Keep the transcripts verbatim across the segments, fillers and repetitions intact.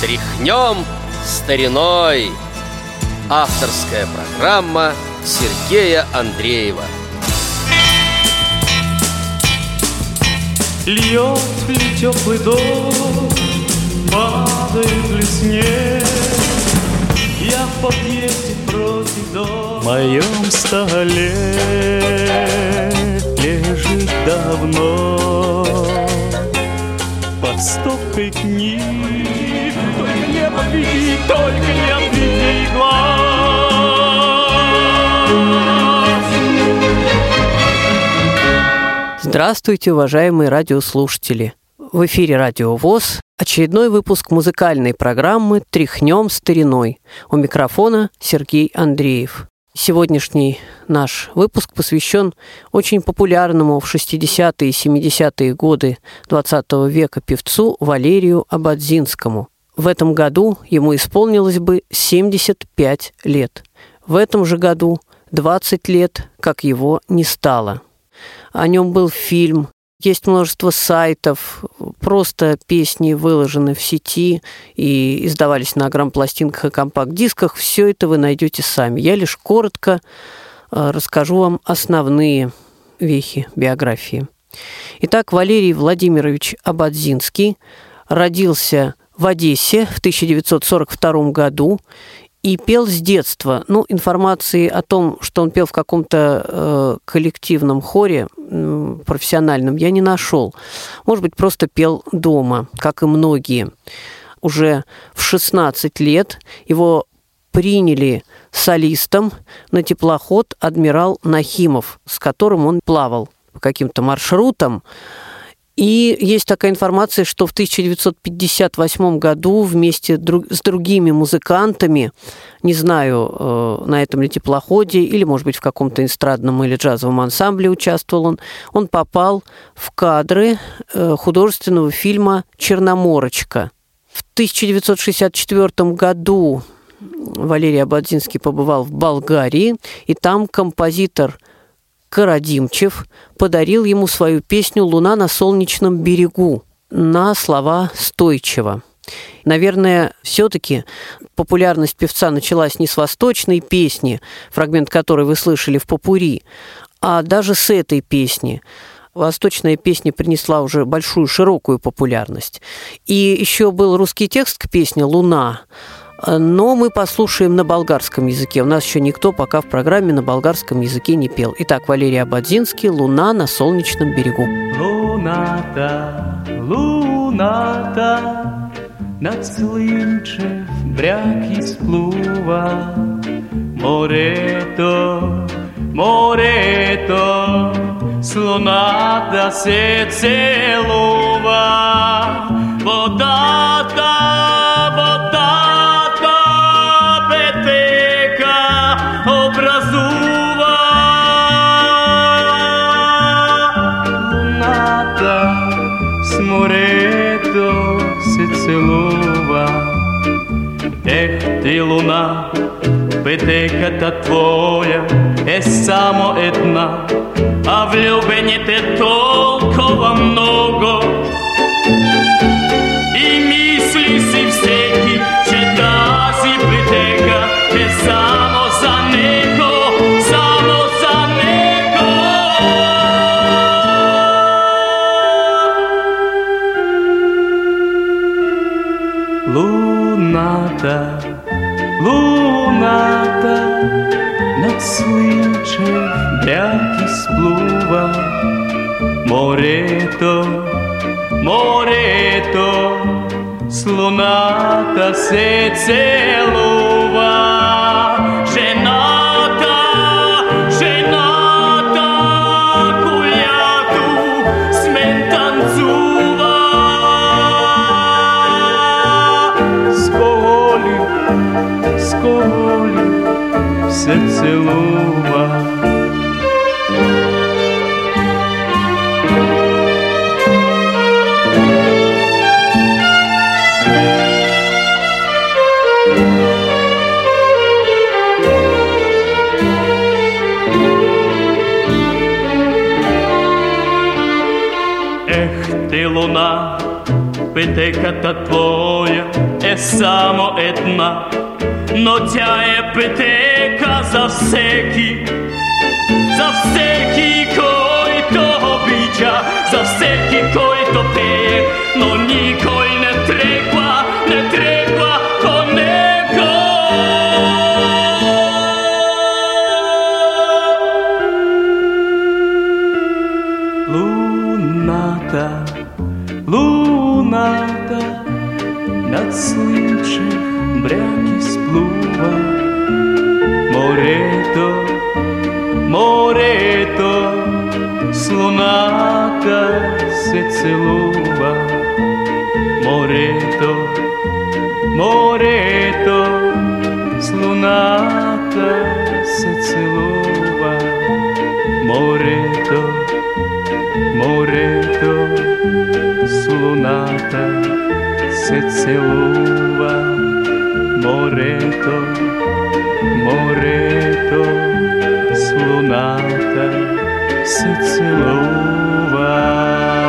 Тряхнем стариной. Авторская программа Сергея Андреева. Льет ли теплый дождь, падает ли снег, я в подъезде против дома. В моем столе лежит давно под стопкой книг. Только не подведи, только не отведи глаз. Здравствуйте, уважаемые радиослушатели! В эфире Радио ВОС очередной выпуск музыкальной программы «Тряхнем стариной». У микрофона Сергей Андреев. Сегодняшний наш выпуск посвящен очень популярному в шестидесятые и семидесятые годы двадцатого века певцу Валерию Ободзинскому. В этом году ему исполнилось бы семьдесят пять лет. В этом же году двадцать лет, как его не стало. О нем был фильм, есть множество сайтов, просто песни выложены в сети и издавались на грампластинках и компакт-дисках. Все это вы найдете сами. Я лишь коротко расскажу вам основные вехи биографии. Итак, Валерий Владимирович Ободзинский родился в Одессе в тысяча девятьсот сорок втором году и пел с детства. Ну, информации о том, что он пел в каком-то э, коллективном хоре э, профессиональном, я не нашел. Может быть, просто пел дома, как и многие. Уже в шестнадцать лет его приняли солистом на теплоход «Адмирал Нахимов», с которым он плавал по каким-то маршрутам. И есть такая информация, что в тысяча девятьсот пятьдесят восьмом году вместе с другими музыкантами, не знаю, на этом ли теплоходе, или, может быть, в каком-то эстрадном или джазовом ансамбле участвовал он, он попал в кадры художественного фильма «Черноморочка». В тысяча девятьсот шестьдесят четвёртом году Валерий Ободзинский побывал в Болгарии, и там композитор Карадимчев подарил ему свою песню «Луна на солнечном берегу» на слова Стойчева. Наверное, все-таки популярность певца началась не с восточной песни, фрагмент которой вы слышали в попурри, а даже с этой песни. Восточная песня принесла уже большую, широкую популярность. И еще был русский текст к песне «Луна», но мы послушаем на болгарском языке. У нас еще никто пока в программе на болгарском языке не пел. Итак, Валерий Ободзинский «Луна на солнечном берегу». Луната, луната, над Слинчев бряг изплува. Морето, морето, с луната се целува. Водата, ех ти луна, пътеката твоя е само една, а влюбените толкова много. И мисли си всеки, че тази пътека е само за него, само за него. Луната, луната, над Слинчев бряг изплува. Морето, морето, с луната се целува. Жената, жената, която с мен танцува. Сколи се целува. Ех ти луна, пътеката твоя е само една, но тя е пътека за всеки, за всеки, който обича, за всеки, който пее, но никой не тръгва, не тръгва по него. Луната, луната над слънчев бряг изплува, морето, морето с луната се целува, морето, морето с луната се целува, морето, морето с луната се целува, морето, морето с луната се целува.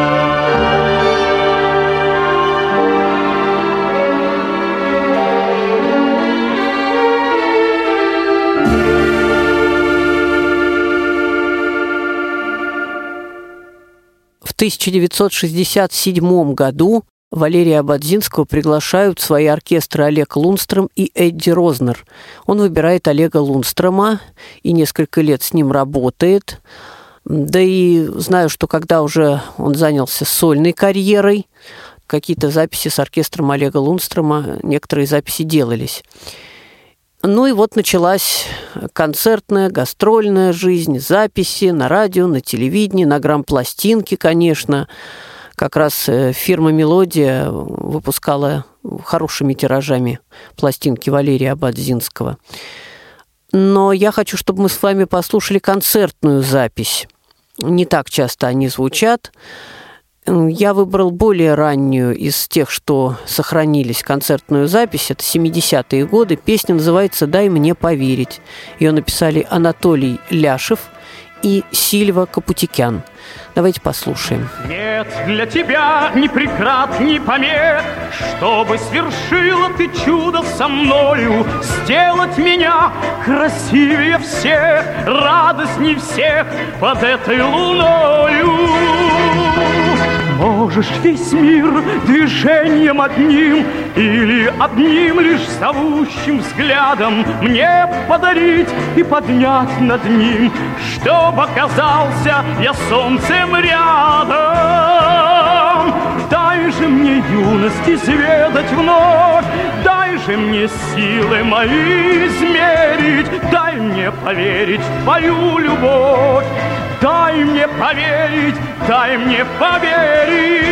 В тысяча девятьсот шестьдесят седьмом году Валерия Ободзинского приглашают в свои оркестры Олег Лундстрем и Эдди Рознер. Он выбирает Олега Лундстрема и несколько лет с ним работает. Да и знаю, что когда уже он занялся сольной карьерой, какие-то записи с оркестром Олега Лундстрема, некоторые записи делались. Ну и вот началась концертная, гастрольная жизнь, записи на радио, на телевидении, на грампластинке, конечно. Как раз фирма «Мелодия» выпускала хорошими тиражами пластинки Валерия Ободзинского. Но я хочу, чтобы мы с вами послушали концертную запись. Не так часто они звучат. Я выбрал более раннюю из тех, что сохранились, концертную запись. Это семидесятые годы. Песня называется «Дай мне поверить». Ее написали Анатолий Ляшев и Сильва Капутикян. Давайте послушаем. Нет для тебя ни преград, ни помех, чтобы свершила ты чудо со мною, сделать меня красивее всех, радостней всех под этой луною. Можешь весь мир движением одним или одним лишь зовущим взглядом мне подарить и поднять над ним, чтоб оказался я солнцем рядом. Дай же мне юность изведать вновь, дай же мне силы мои измерить, дай мне поверить в твою любовь. Дай мне поверить, дай мне поверить.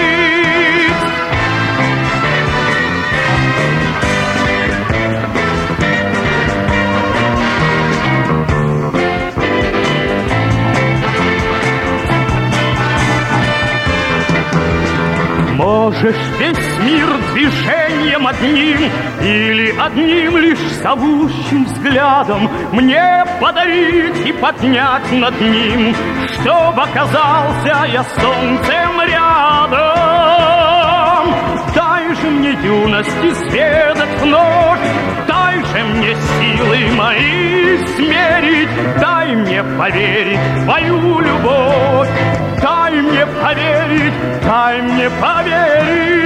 Можешь весь мир движением одним или одним лишь зовущим взглядом мне подарить и поднять над ним, чтоб оказался я солнцем рядом. Дай же мне юность изведать вновь, дай же мне силы мои смерить, дай мне поверить в твою любовь. Дай мне поверить, дай мне поверить.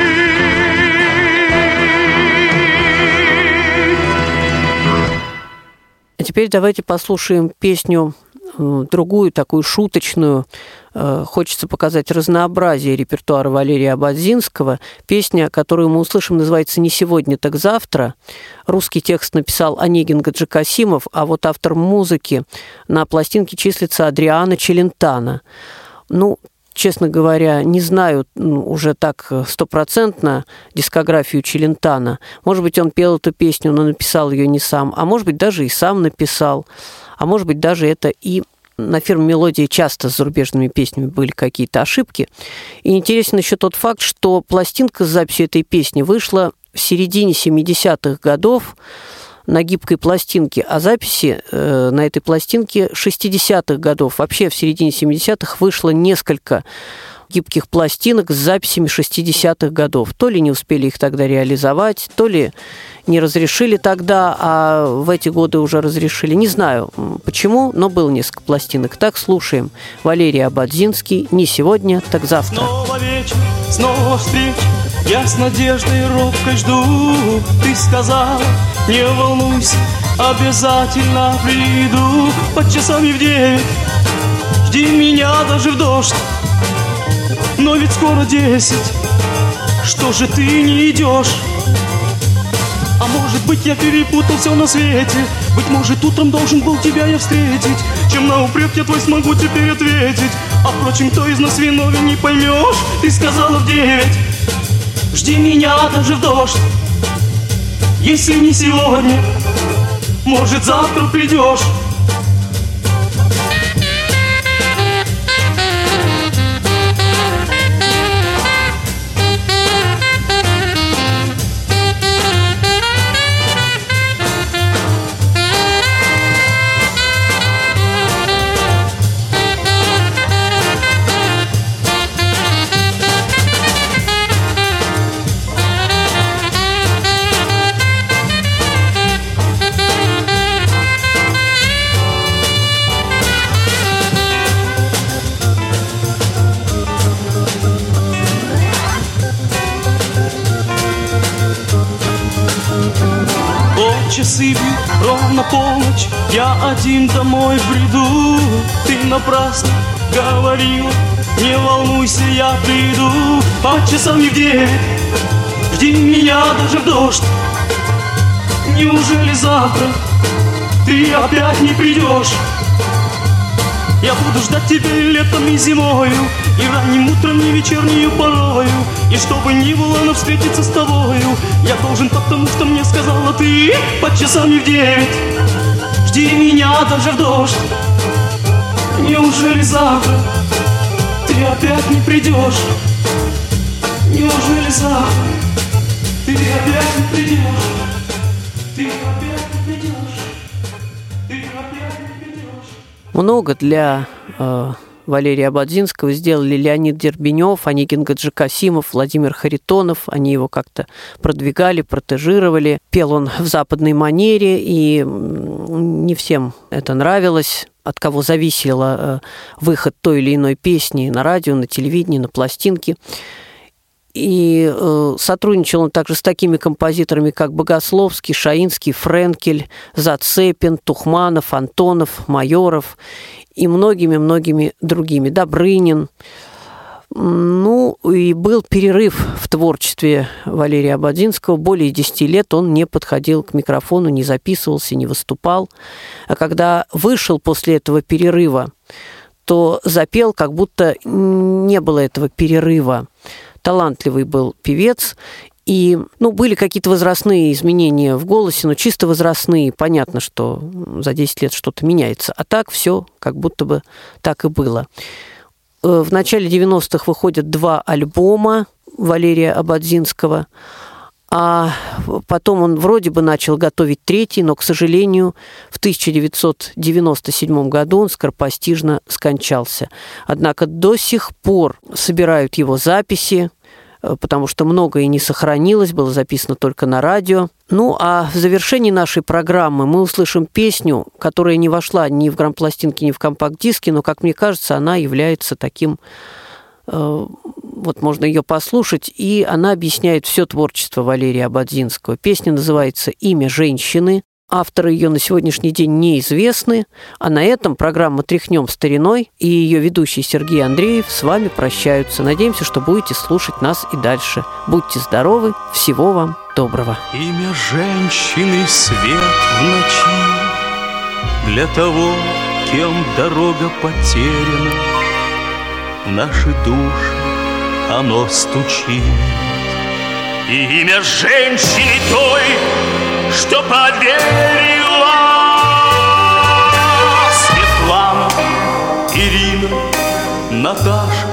А теперь давайте послушаем песню, другую, такую шуточную. Хочется показать разнообразие репертуара Валерия Ободзинского. Песня, которую мы услышим, называется «Не сегодня, так завтра». Русский текст написал Онегин Гаджикасимов, а вот автор музыки на пластинке числится Адриано Челентано. Ну, честно говоря, не знаю уже так стопроцентно дискографию Челентано. Может быть, он пел эту песню, но написал ее не сам, а может быть, даже и сам написал, а может быть, даже это и на фирме «Мелодия» часто с зарубежными песнями были какие-то ошибки. И интересен еще тот факт, что пластинка с записью этой песни вышла в середине семидесятых годов на гибкой пластинке, а записи э, на этой пластинке шестидесятых годов. Вообще в середине семидесятых вышло несколько гибких пластинок с записями шестидесятых годов. То ли не успели их тогда реализовать, то ли не разрешили тогда, а в эти годы уже разрешили. Не знаю почему, но было несколько пластинок. Так, слушаем. Валерий Ободзинский «Не сегодня, так завтра». Снова вечер, снова встреча, я с надеждой робкой жду. Ты сказала, не волнуйся, обязательно приду. Под часами в девять жди меня даже в дождь. Но ведь скоро десять, что же ты не идешь? А может быть, я перепутал все на свете. Быть может, утром должен был тебя я встретить. Чем на упрек я твой смогу теперь ответить? А впрочем, кто из нас виновен, не поймешь. Ты сказала в девять жди меня даже в дождь. Если не сегодня, может, завтра придешь. Часы бьют ровно полночь, я один домой бреду. Ты напрасно говорила, не волнуйся, я приду. По часам в девять жди меня даже в дождь. Неужели завтра ты опять не придешь? Я буду ждать тебя и летом, и зимою, и ранним утром, и вечернюю порою. И чтобы ни было, но встретиться с тобою я должен, потому что мне сказала ты. Под часами в девять жди меня даже в дождь. Неужели завтра ты опять не придешь? Неужели завтра ты опять не придешь? Ты опять не придешь? Ты опять не придешь? Много для э, Валерия Ободзинского сделали Леонид Дербенев, Онегин Гаджикасимов, Владимир Харитонов. Они его как-то продвигали, протежировали. Пел он в западной манере, и не всем это нравилось. От кого зависел э, выход той или иной песни на радио, на телевидении, на пластинке. И э, сотрудничал он также с такими композиторами, как Богословский, Шаинский, Френкель, Зацепин, Тухманов, Антонов, Майоров и многими-многими другими. Добрынин. Ну, и был перерыв в творчестве Валерия Ободзинского. Более десяти лет он не подходил к микрофону, не записывался, не выступал. А когда вышел после этого перерыва, то запел, как будто не было этого перерыва. Талантливый был певец, и ну, были какие-то возрастные изменения в голосе, но чисто возрастные. Понятно, что за десять лет что-то меняется. А так все как будто бы так и было. В начале девяностых выходят два альбома Валерия Ободзинского, а потом он вроде бы начал готовить третий, но, к сожалению, в тысяча девятьсот девяносто седьмом году он скоропостижно скончался. Однако до сих пор собирают его записи, потому что многое не сохранилось, было записано только на радио. Ну, а в завершении нашей программы мы услышим песню, которая не вошла ни в грампластинки, ни в компакт-диски, но, как мне кажется, она является таким... Вот можно ее послушать, и она объясняет все творчество Валерия Ободзинского. Песня называется «Имя женщины». Авторы ее на сегодняшний день неизвестны, а на этом программа «Тряхнем стариной» и ее ведущий Сергей Андреев с вами прощаются. Надеемся, что будете слушать нас и дальше. Будьте здоровы, всего вам доброго. Имя женщины — свет в ночи, для того, кем дорога потеряна. В наши души оно стучит. И имя женщины той, что поверила. Светлана, Ирина, Наташа.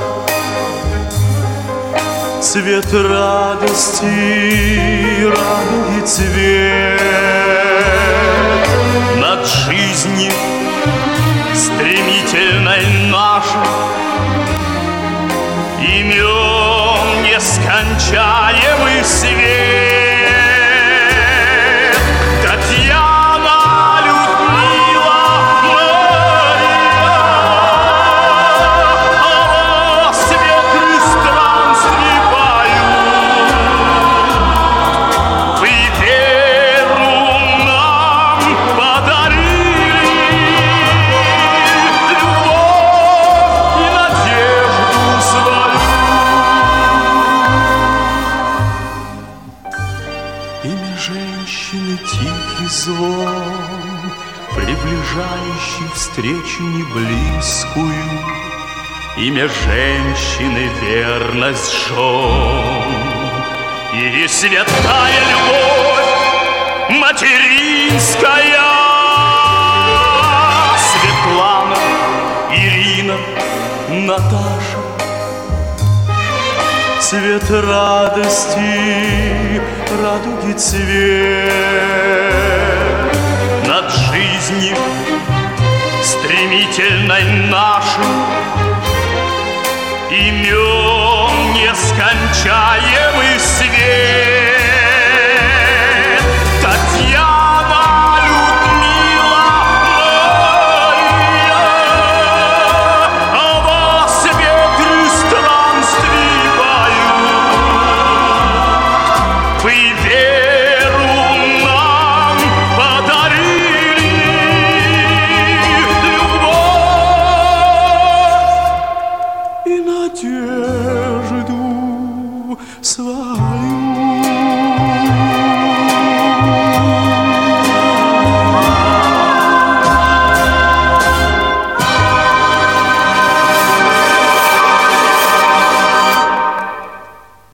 Цвет радости радует цвет над жизнью стремительной нашей. И нескончаемый свет. Звон, приближающий встречу неблизкую. Имя женщины — верность жен. И святая любовь материнская. Светлана, Ирина, Наташа. Цвет радости, радуги цвет. Над жизнью стремительной нашей имен нескончаемый свет. Татьяна, Людмила, Мария, о вас ветры странствий поют. Вы веру нам подарили, любовь И надежду свою.